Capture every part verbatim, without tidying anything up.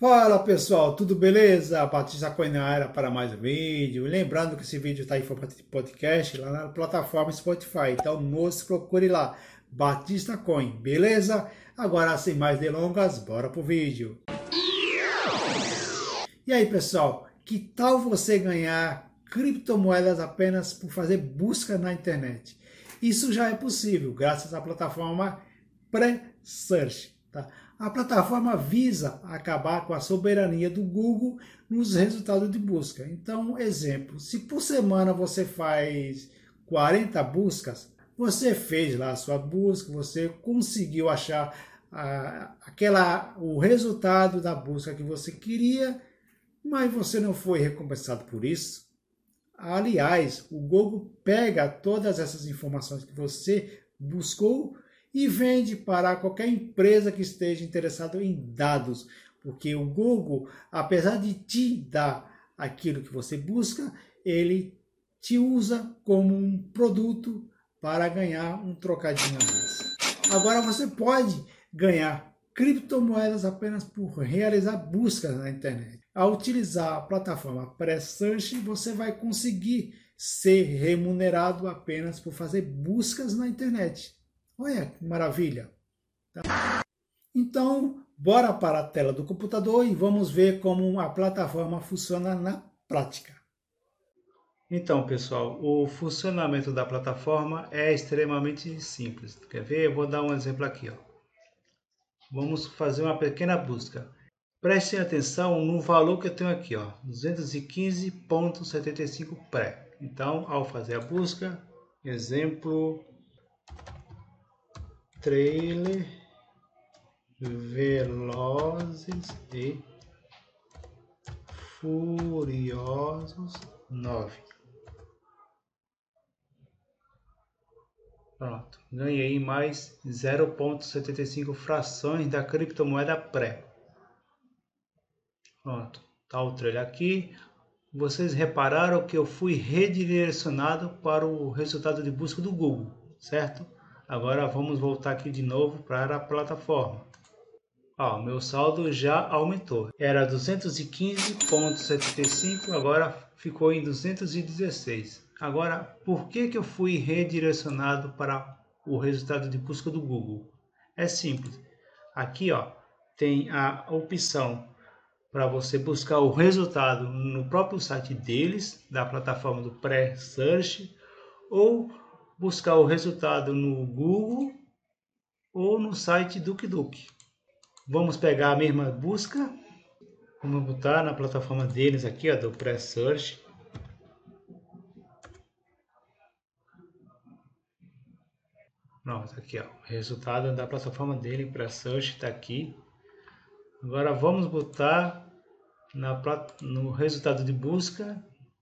Fala pessoal, tudo beleza? Batista Coin na área para mais um vídeo. Lembrando que esse vídeo está em formato de podcast lá na plataforma Spotify. Então nos procure lá, Batista Coin, beleza? Agora sem mais delongas, bora pro vídeo. E aí pessoal, que tal você ganhar criptomoedas apenas por fazer busca na internet? Isso já é possível graças à plataforma Pre-Search. Tá? A plataforma visa acabar com a soberania do Google nos resultados de busca. Então, exemplo, se por semana você faz quarenta buscas, você fez lá a sua busca, você conseguiu achar ah, aquela, o resultado da busca que você queria, mas você não foi recompensado por isso. Aliás, o Google pega todas essas informações que você buscou e vende para qualquer empresa que esteja interessada em dados, porque o Google, apesar de te dar aquilo que você busca, ele te usa como um produto para ganhar um trocadinho a mais. Agora você pode ganhar criptomoedas apenas por realizar buscas na internet. Ao utilizar a plataforma Pre-Search, você vai conseguir ser remunerado apenas por fazer buscas na internet. Olha que maravilha! Então, bora para a tela do computador e vamos ver como a plataforma funciona na prática. Então, pessoal, o funcionamento da plataforma é extremamente simples. Quer ver? Eu vou dar um exemplo aqui, ó. Vamos fazer uma pequena busca. Prestem atenção no valor que eu tenho aqui, ó, duzentos e quinze vírgula setenta e cinco pré. Então, ao fazer a busca, exemplo, trailer Velozes e Furiosos nove. Pronto, ganhei mais zero vírgula setenta e cinco frações da criptomoeda pré. Pronto, tá o trailer aqui. Vocês repararam que eu fui redirecionado para o resultado de busca do Google, certo? Agora vamos voltar aqui de novo para a plataforma. Ó, meu saldo já aumentou. Era duzentos e quinze vírgula setenta e cinco, agora ficou em duzentos e dezesseis. Agora, por que que eu fui redirecionado para o resultado de busca do Google? É simples. Aqui, ó, tem a opção para você buscar o resultado no próprio site deles, da plataforma do Pre-Search, ou buscar o resultado no Google ou no site DuckDuck. Vamos pegar a mesma busca, vamos botar na plataforma deles aqui, ó, do Pre-Search. Pronto, aqui, ó, o resultado da plataforma dele, Pre-Search, está aqui. Agora vamos botar na, no resultado de busca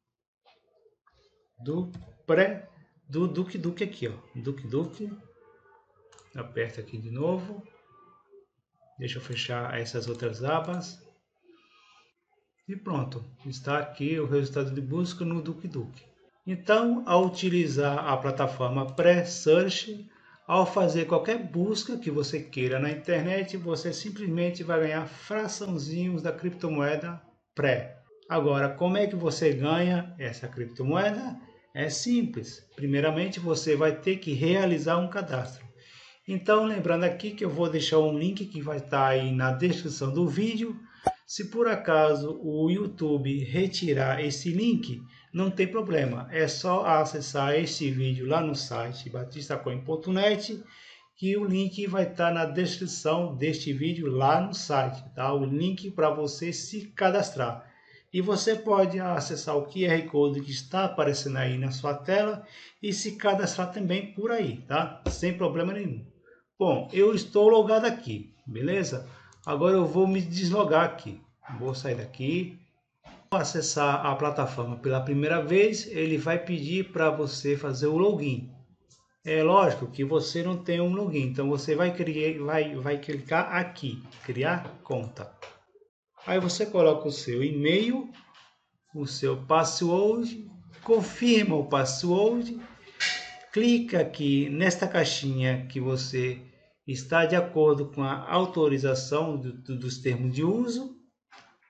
do pré do DuckDuck aqui, ó, DuckDuck. Aperta aqui de novo. Deixa eu fechar essas outras abas. E pronto, está aqui o resultado de busca no DuckDuck. Então, ao utilizar a plataforma Pre-Search, ao fazer qualquer busca que você queira na internet, você simplesmente vai ganhar fraçãozinhos da criptomoeda Pré. Agora, como é que você ganha essa criptomoeda? É simples. Primeiramente, você vai ter que realizar um cadastro. Então, lembrando aqui que eu vou deixar um link que vai estar aí na descrição do vídeo. Se por acaso o YouTube retirar esse link, não tem problema. É só acessar este vídeo lá no site batista coin ponto net, que o link vai estar na descrição deste vídeo lá no site, tá? O link para você se cadastrar. E você pode acessar o Q R Code que está aparecendo aí na sua tela e se cadastrar também por aí, tá? Sem problema nenhum. Bom, eu estou logado aqui, beleza? Agora eu vou me deslogar aqui. Vou sair daqui. Vou acessar a plataforma pela primeira vez, ele vai pedir para você fazer o login. É lógico que você não tem um login, então você vai, criar, vai, vai clicar aqui, criar conta. Aí você coloca o seu e-mail, o seu password, confirma o password, clica aqui nesta caixinha que você está de acordo com a autorização do, do, dos termos de uso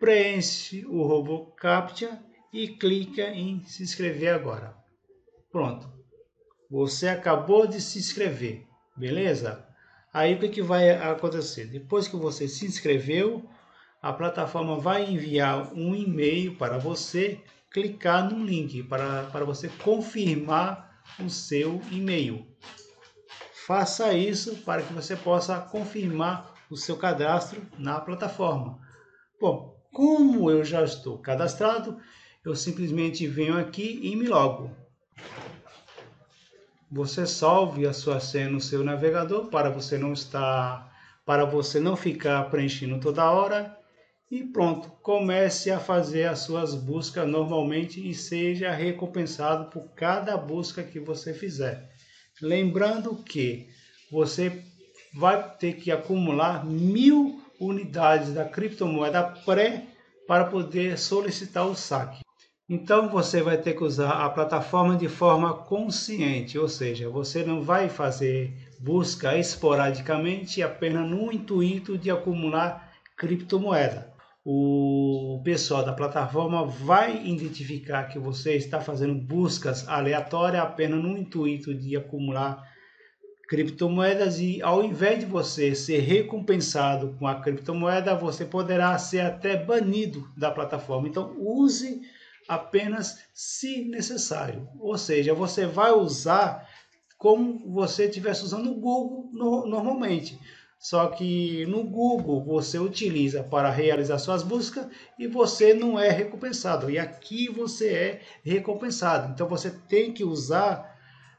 preenche o robô CAPTCHA e clica em se inscrever agora. Pronto, você acabou de se inscrever, beleza? Aí o que, que vai acontecer? Depois que você se inscreveu, a plataforma vai enviar um e-mail para você clicar no link para, para você confirmar o seu e-mail. Faça isso para que você possa confirmar o seu cadastro na plataforma. Bom, como eu já estou cadastrado, eu simplesmente venho aqui e me logo. Você salve a sua senha no seu navegador para você não estar, para você não ficar preenchendo toda hora. E pronto, comece a fazer as suas buscas normalmente e seja recompensado por cada busca que você fizer. Lembrando que você vai ter que acumular mil unidades da criptomoeda pré para poder solicitar o saque. Então você vai ter que usar a plataforma de forma consciente, ou seja, você não vai fazer busca esporadicamente apenas no intuito de acumular criptomoeda. O pessoal da plataforma vai identificar que você está fazendo buscas aleatórias apenas no intuito de acumular criptomoedas e ao invés de você ser recompensado com a criptomoeda, você poderá ser até banido da plataforma. Então use apenas se necessário, ou seja, você vai usar como você estivesse usando o Google no, normalmente. Só que no Google você utiliza para realizar suas buscas e você não é recompensado. E aqui você é recompensado. Então você tem que usar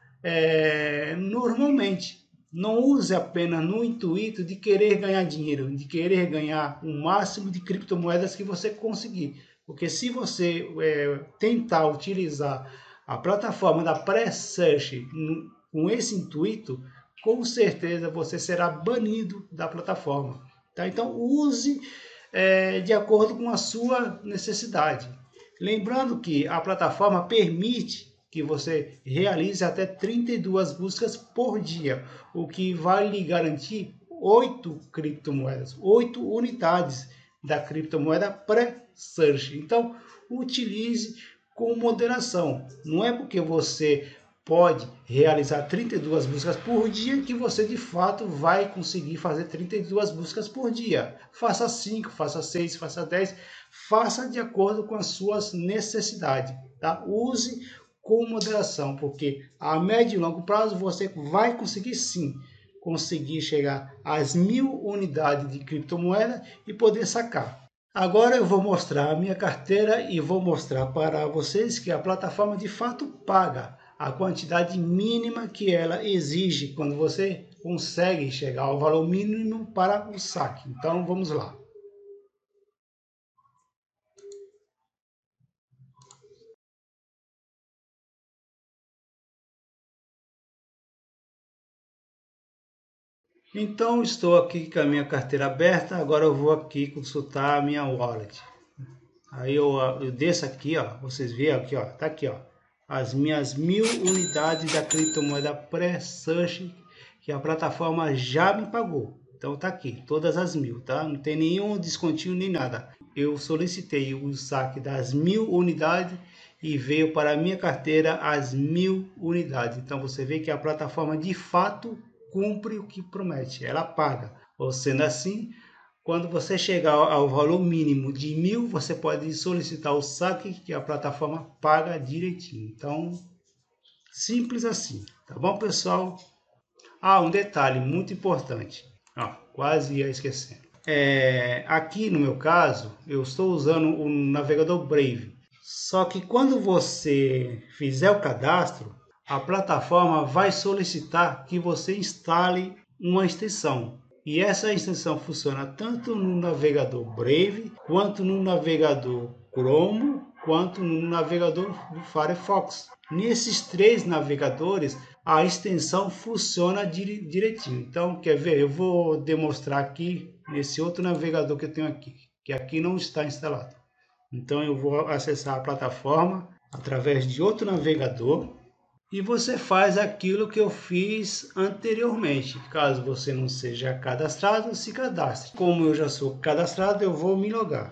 é, normalmente. Não use apenas no intuito de querer ganhar dinheiro, de querer ganhar o máximo de criptomoedas que você conseguir. Porque se você é, tentar utilizar a plataforma da Pré-Search com esse intuito, com certeza você será banido da plataforma. Tá? Então use é, de acordo com a sua necessidade. Lembrando que a plataforma permite que você realize até trinta e duas buscas por dia, o que vai lhe garantir oito criptomoedas, oito unidades da criptomoeda pré-search. Então utilize com moderação. Não é porque você pode realizar trinta e duas buscas por dia que você de fato vai conseguir fazer trinta e duas buscas por dia. Faça cinco, faça seis, faça dez, faça de acordo com as suas necessidades, tá? Use com moderação, porque a médio e longo prazo você vai conseguir sim, conseguir chegar às mil unidades de criptomoeda e poder sacar. Agora eu vou mostrar a minha carteira e vou mostrar para vocês que a plataforma de fato paga a quantidade mínima que ela exige quando você consegue chegar ao valor mínimo para o saque. Então vamos lá. Então estou aqui com a minha carteira aberta, agora eu vou aqui consultar a minha wallet. Aí eu, eu desço aqui, ó, vocês veem aqui, ó, tá aqui, ó, as minhas mil unidades da criptomoeda Pré-Search que a plataforma já me pagou. Então tá aqui, todas as mil, tá? Não tem nenhum descontinho nem nada. Eu solicitei o saque das mil unidades e veio para a minha carteira as mil unidades. Então você vê que a plataforma de fato cumpre o que promete, ela paga. Ou sendo assim, quando você chegar ao valor mínimo de mil, você pode solicitar o saque que a plataforma paga direitinho. Então, simples assim, tá bom, pessoal? Ah, um detalhe muito importante, ó, quase ia esquecendo. É, aqui no meu caso, eu estou usando o navegador Brave. Só que quando você fizer o cadastro, a plataforma vai solicitar que você instale uma extensão. E essa extensão funciona tanto no navegador Brave, quanto no navegador Chrome, quanto no navegador do Firefox. Nesses três navegadores, a extensão funciona direitinho. Então, quer ver? Eu vou demonstrar aqui nesse outro navegador que eu tenho aqui, que aqui não está instalado. Então, eu vou acessar a plataforma através de outro navegador. E você faz aquilo que eu fiz anteriormente. Caso você não seja cadastrado, se cadastre. Como eu já sou cadastrado, eu vou me logar.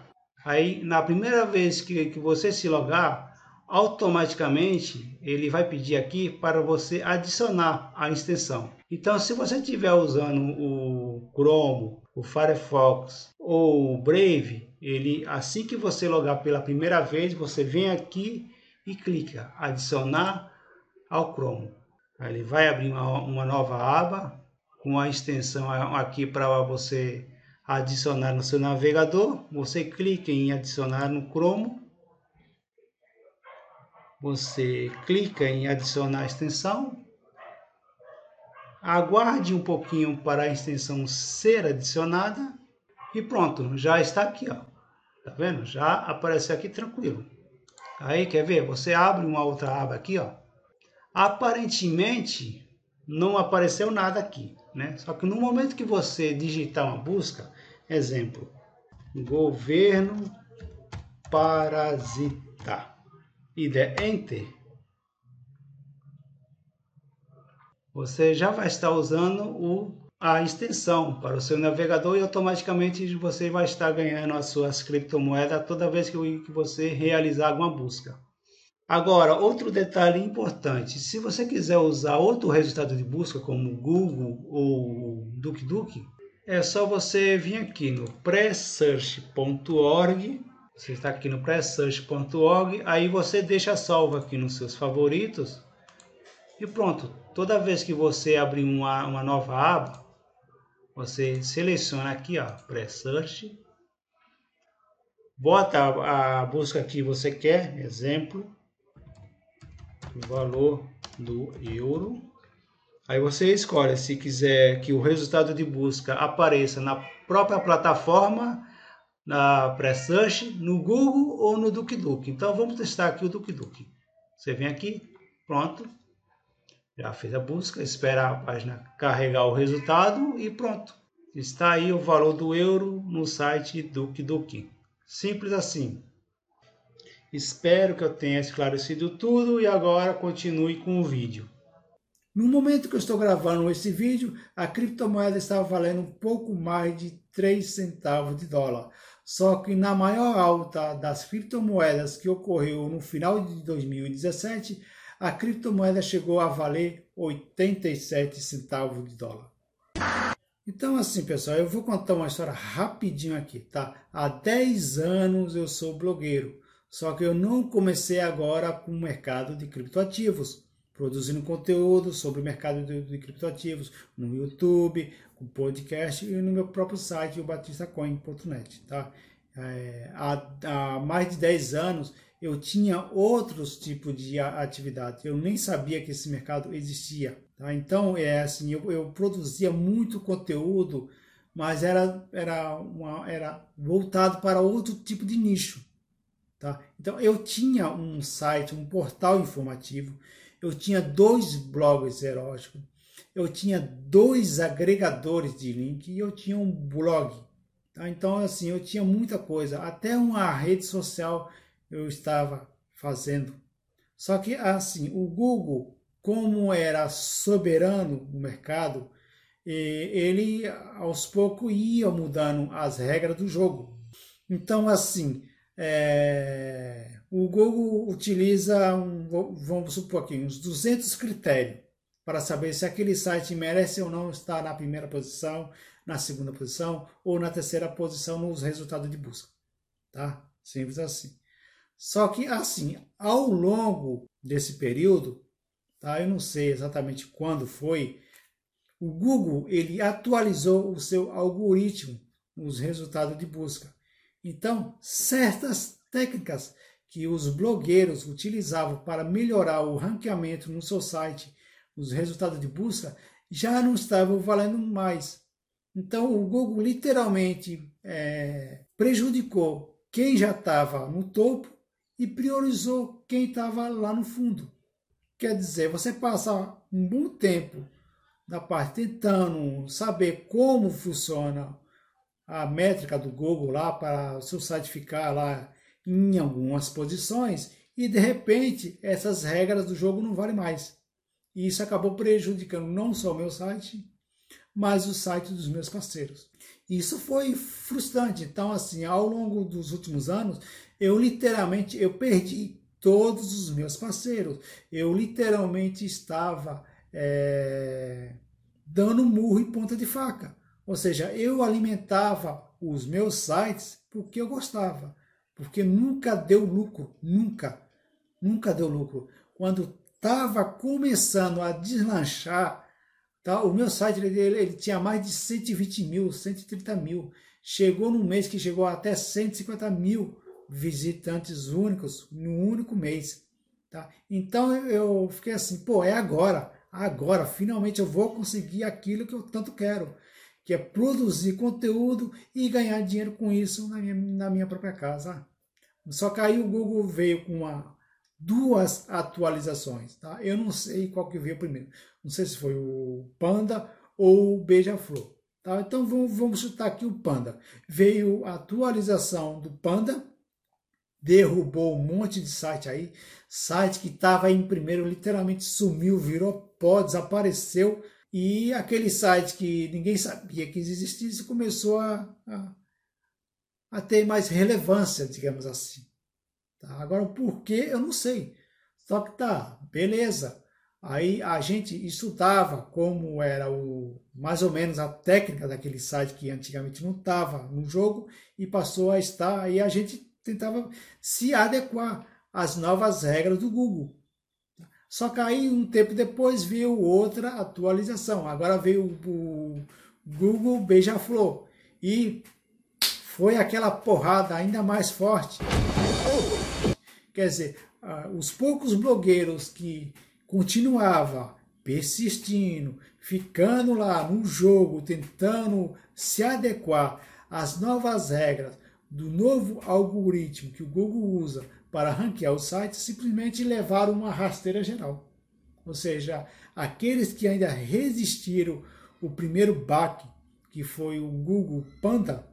Aí, na primeira vez que, que você se logar, automaticamente ele vai pedir aqui para você adicionar a extensão. Então, se você estiver usando o Chrome, o Firefox ou o Brave, ele, assim que você logar pela primeira vez, você vem aqui e clica adicionar ao Chrome. Aí ele vai abrir uma, uma nova aba com a extensão aqui para você adicionar no seu navegador. Você clica em adicionar no Chrome. Você clica em adicionar a extensão. Aguarde um pouquinho para a extensão ser adicionada. E pronto, já está aqui, ó. Tá vendo? Já apareceu aqui tranquilo. Aí, quer ver? Você abre uma outra aba aqui, ó. Aparentemente, não apareceu nada aqui, né? Só que no momento que você digitar uma busca, exemplo, governo parasita, e der Enter, você já vai estar usando o, a extensão para o seu navegador e automaticamente você vai estar ganhando as suas criptomoedas toda vez que, que você realizar alguma busca. Agora, outro detalhe importante, se você quiser usar outro resultado de busca como Google ou DuckDuck, é só você vir aqui no pressearch ponto org. Você está aqui no pressearch ponto org, aí você deixa salvo aqui nos seus favoritos e pronto. Toda vez que você abrir uma, uma nova aba, você seleciona aqui, ó, pressearch, bota a, a busca que você quer, exemplo, o valor do euro. Aí você escolhe se quiser que o resultado de busca apareça na própria plataforma, na Pressearch, no Google ou no DuckDuck. Então vamos testar aqui o DuckDuck. Você vem aqui, pronto. Já fez a busca, espera a página carregar o resultado e pronto. Está aí o valor do euro no site DuckDuck. Simples assim. Espero que eu tenha esclarecido tudo e agora continue com o vídeo. No momento que eu estou gravando esse vídeo, a criptomoeda estava valendo um pouco mais de três centavos de dólar. Só que na maior alta das criptomoedas que ocorreu no final de dois mil e dezessete, a criptomoeda chegou a valer oitenta e sete centavos de dólar. Então assim, pessoal, eu vou contar uma história rapidinho aqui, tá? Há dez anos eu sou blogueiro, só que eu não comecei agora com o mercado de criptoativos, produzindo conteúdo sobre o mercado de, de criptoativos no YouTube, com podcast e no meu próprio site, o batista coin ponto net, tá? É, há, há mais de dez anos eu tinha outros tipos de atividade, eu nem sabia que esse mercado existia, tá? Então, é assim, eu, eu produzia muito conteúdo, mas era, era, uma, era voltado para outro tipo de nicho, tá? Então, eu tinha um site, um portal informativo, eu tinha dois blogs eróticos, eu tinha dois agregadores de link e eu tinha um blog, tá? Então, assim, eu tinha muita coisa, até uma rede social eu estava fazendo. Só que, assim, o Google, como era soberano no mercado, ele aos poucos ia mudando as regras do jogo. Então, assim, é, o Google utiliza, um, vamos supor aqui, uns duzentos critérios para saber se aquele site merece ou não estar na primeira posição, na segunda posição ou na terceira posição nos resultados de busca. Tá? Simples assim. Só que, assim, ao longo desse período, tá? Eu não sei exatamente quando foi, o Google ele atualizou o seu algoritmo nos resultados de busca. Então, certas técnicas que os blogueiros utilizavam para melhorar o ranqueamento no seu site, os resultados de busca, já não estavam valendo mais. Então, o Google literalmente é, prejudicou quem já estava no topo e priorizou quem estava lá no fundo. Quer dizer, você passa um bom tempo na parte tentando saber como funciona a métrica do Google lá para o seu site ficar lá em algumas posições e de repente essas regras do jogo não valem mais. E isso acabou prejudicando não só o meu site, mas o site dos meus parceiros. Isso foi frustrante. Então, assim, ao longo dos últimos anos, eu literalmente eu perdi todos os meus parceiros. Eu literalmente estava é, dando murro em ponta de faca. Ou seja, eu alimentava os meus sites porque eu gostava, porque nunca deu lucro, nunca, nunca deu lucro. Quando estava começando a deslanchar, tá, o meu site ele, ele tinha mais de cento e vinte mil, cento e trinta mil. Chegou num mês que chegou até cento e cinquenta mil visitantes únicos num único mês. Tá? Então eu fiquei assim, pô, é agora, agora, finalmente eu vou conseguir aquilo que eu tanto quero, que é produzir conteúdo e ganhar dinheiro com isso na minha, na minha própria casa. Só que aí o Google veio com uma, duas atualizações, tá? Eu não sei qual que veio primeiro, não sei se foi o Panda ou o Beija-Flor, tá? Então vamos, vamos chutar aqui o Panda. Veio a atualização do Panda, derrubou um monte de site aí, site que estava em primeiro literalmente sumiu, virou pó, desapareceu, e aquele site que ninguém sabia que existisse começou a, a, a ter mais relevância, digamos assim. Tá? Agora, o porquê, eu não sei. Só que tá, beleza. Aí a gente estudava como era o mais ou menos a técnica daquele site que antigamente não estava no jogo e passou a estar. Aí a gente tentava se adequar às novas regras do Google. Só que aí um tempo depois veio outra atualização. Agora veio o Google Beija-Flor e foi aquela porrada ainda mais forte. Quer dizer, os poucos blogueiros que continuavam persistindo, ficando lá no jogo, tentando se adequar às novas regras do novo algoritmo que o Google usa para ranquear o site, simplesmente levaram uma rasteira geral. Ou seja, aqueles que ainda resistiram o primeiro baque, que foi o Google Panda,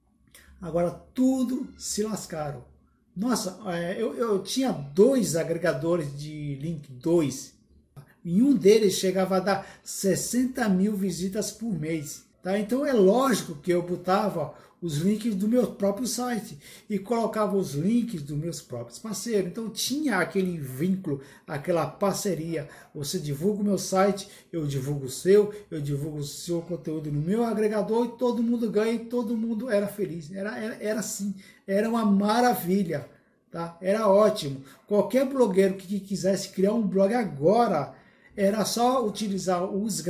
agora tudo se lascaram. Nossa, eu, eu tinha dois agregadores de link, dois. E um deles chegava a dar sessenta mil visitas por mês. Tá? Então é lógico que eu botava os links do meu próprio site e colocava os links dos meus próprios parceiros. Então tinha aquele vínculo, aquela parceria. Você divulga o meu site, eu divulgo o seu, eu divulgo o seu conteúdo no meu agregador e todo mundo ganha e todo mundo era feliz. Era, era, era assim, era uma maravilha. Tá? Era ótimo. Qualquer blogueiro que quisesse criar um blog agora, era só utilizar os,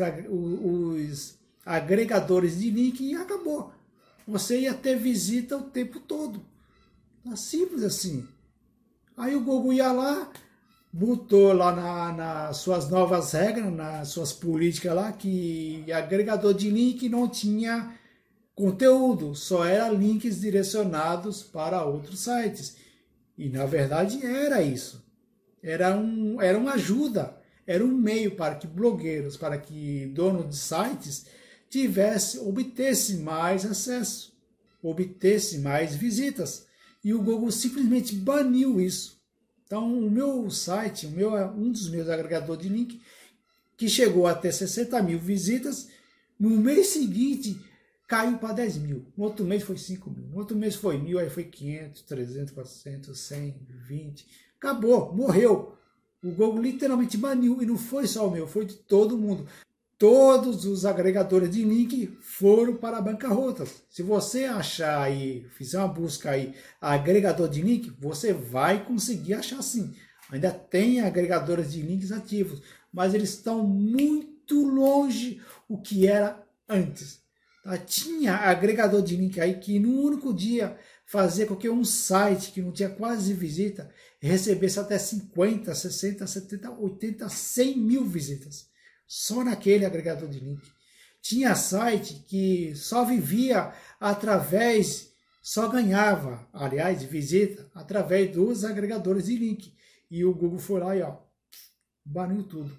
os agregadores de link e acabou. Você ia ter visita o tempo todo. Tá simples assim. Aí o Google ia lá, botou lá nas na suas novas regras, nas suas políticas lá, que agregador de link não tinha conteúdo, só era links direcionados para outros sites. E na verdade era isso. Era, um, era uma ajuda, era um meio para que blogueiros, para que donos de sites tivesse, obtesse mais acesso, obtesse mais visitas. E o Google simplesmente baniu isso. Então o meu site, o meu, um dos meus agregadores de link, que chegou a ter sessenta mil visitas, no mês seguinte caiu para dez mil. No outro mês foi cinco mil. No outro mês foi mil, aí foi quinhentos, trezentos, quatrocentos, cem, vinte. Acabou, morreu. O Google literalmente baniu. E não foi só o meu, foi de todo mundo. Todos os agregadores de link foram para bancarrotas. Se você achar aí, fizer uma busca aí, agregador de link, você vai conseguir achar sim. Ainda tem agregadores de links ativos, mas eles estão muito longe do que era antes. Tá? Tinha agregador de link aí que num único dia fazia com que um site que não tinha quase visita recebesse até cinquenta, sessenta, setenta, oitenta, cem mil visitas. Só naquele agregador de link. Tinha site que só vivia através, só ganhava, aliás, visita, através dos agregadores de link. E o Google foi lá e ó, baniu tudo.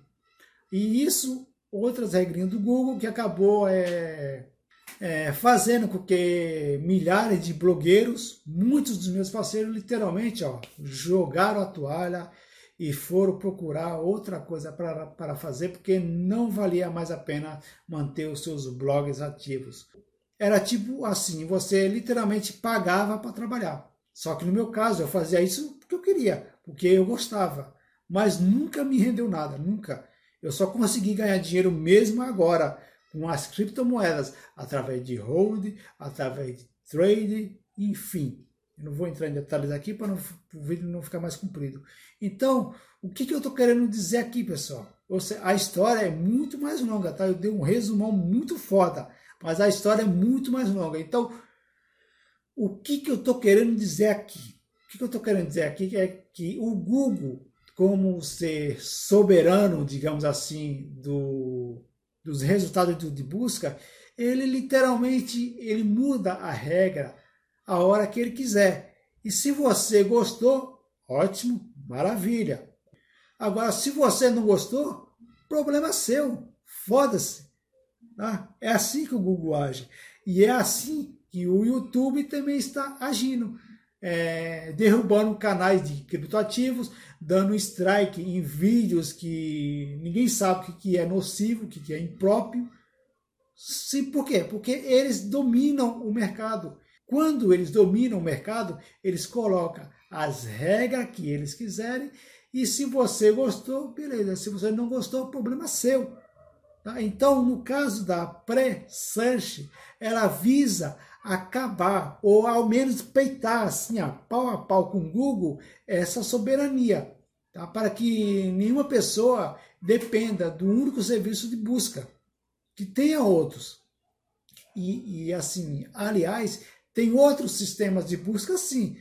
E isso, outras regrinhas do Google que acabou é, é, fazendo com que milhares de blogueiros, muitos dos meus parceiros, literalmente ó, jogaram a toalha e foram procurar outra coisa para, para fazer, porque não valia mais a pena manter os seus blogs ativos. era tipo assim, você literalmente pagava para trabalhar. Só que no meu caso eu fazia isso porque eu queria, porque eu gostava. Mas nunca me rendeu nada, nunca. Eu só consegui ganhar dinheiro mesmo agora com as criptomoedas, através de hold, através de trade, enfim. Eu não vou entrar em detalhes aqui para o vídeo não ficar mais comprido. Então, o que, que eu estou querendo dizer aqui, pessoal? A história é muito mais longa, tá? Eu dei um resumão muito foda, mas a história é muito mais longa. Então, o que, que eu estou querendo dizer aqui? O que, que eu estou querendo dizer aqui é que o Google, como ser soberano, digamos assim, do, dos resultados de busca, ele literalmente ele muda a regra a hora que ele quiser. E se você gostou, ótimo, maravilha. Agora, se você não gostou, problema seu, foda-se. Tá? É assim que o Google age. E é assim que o YouTube também está agindo. É, derrubando canais de criptoativos, dando strike em vídeos que ninguém sabe o que é nocivo, o que é impróprio. Sim, por quê? Porque eles dominam o mercado. Quando eles dominam o mercado, eles colocam as regras que eles quiserem e se você gostou, beleza. Se você não gostou, problema seu. Tá? Então, no caso da pré-search, ela visa acabar, ou ao menos peitar assim, ó, pau a pau com o Google, essa soberania, tá? Para que nenhuma pessoa dependa do único serviço de busca, que tenha outros. E, e assim, aliás, tem outros sistemas de busca sim,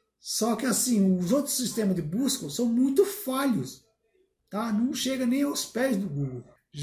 só que assim, os outros sistemas de busca são muito falhos, tá? Não chega nem aos pés do Google.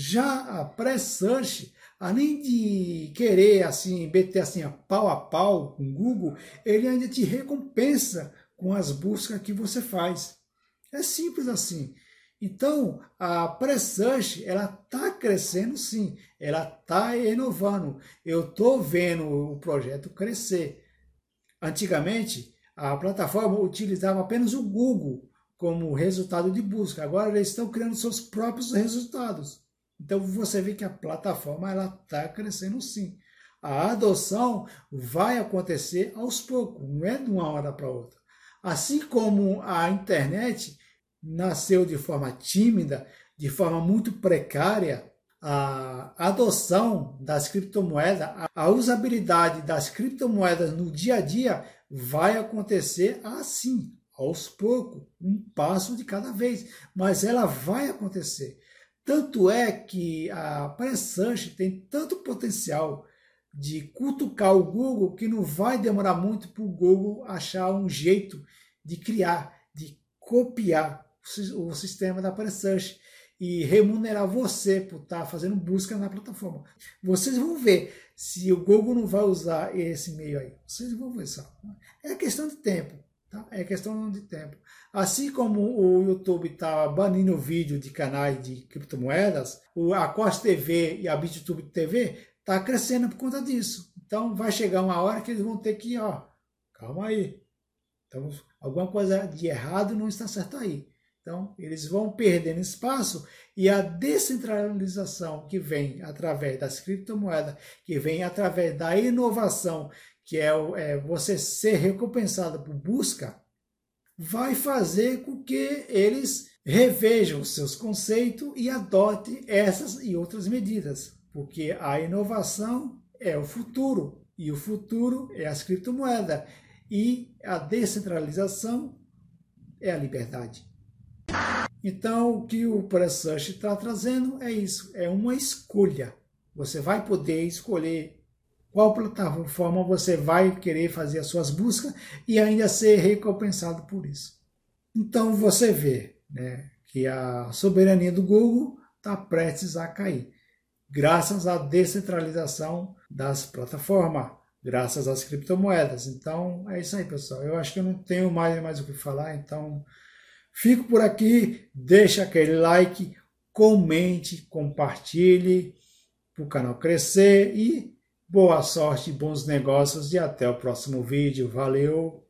Já a pré-search, além de querer assim, meter assim, a pau a pau com o Google, ele ainda te recompensa com as buscas que você faz. É simples assim. Então, a pré-search, ela está crescendo sim, ela está inovando. Eu estou vendo o projeto crescer. Antigamente, a plataforma utilizava apenas o Google como resultado de busca. Agora eles estão criando seus próprios resultados. Então você vê que a plataforma ela está crescendo sim. A adoção vai acontecer aos poucos, não é de uma hora para outra. Assim como a internet nasceu de forma tímida, de forma muito precária, a adoção das criptomoedas, a usabilidade das criptomoedas no dia a dia vai acontecer assim, aos poucos, um passo de cada vez, mas ela vai acontecer. Tanto é que a pré-search tem tanto potencial de cutucar o Google que não vai demorar muito para o Google achar um jeito de criar, de copiar o sistema da pré-search e remunerar você por estar fazendo busca na plataforma. Vocês vão ver se o Google não vai usar esse meio aí. Vocês vão ver só. É questão de tempo. Tá? É questão de tempo. Assim como o YouTube está banindo vídeo de canais de criptomoedas, a Cos T V e a BitTube T V está crescendo por conta disso. Então vai chegar uma hora que eles vão ter que, ó, calma aí. Então, alguma coisa de errado não está certo aí. Então, eles vão perdendo espaço e a descentralização que vem através das criptomoedas, que vem através da inovação, que é, é você ser recompensado por busca, vai fazer com que eles revejam os seus conceitos e adotem essas e outras medidas, porque a inovação é o futuro e o futuro é as criptomoedas e a descentralização é a liberdade. Então, o que o pré-search está trazendo é isso, é uma escolha. Você vai poder escolher qual plataforma você vai querer fazer as suas buscas e ainda ser recompensado por isso. Então, você vê, né, que a soberania do Google está prestes a cair, graças à descentralização das plataformas, graças às criptomoedas. Então, é isso aí, pessoal. Eu acho que eu não tenho mais, mais o que falar, então fico por aqui, deixa aquele like, comente, compartilhe para o canal crescer e boa sorte, bons negócios e até o próximo vídeo. Valeu!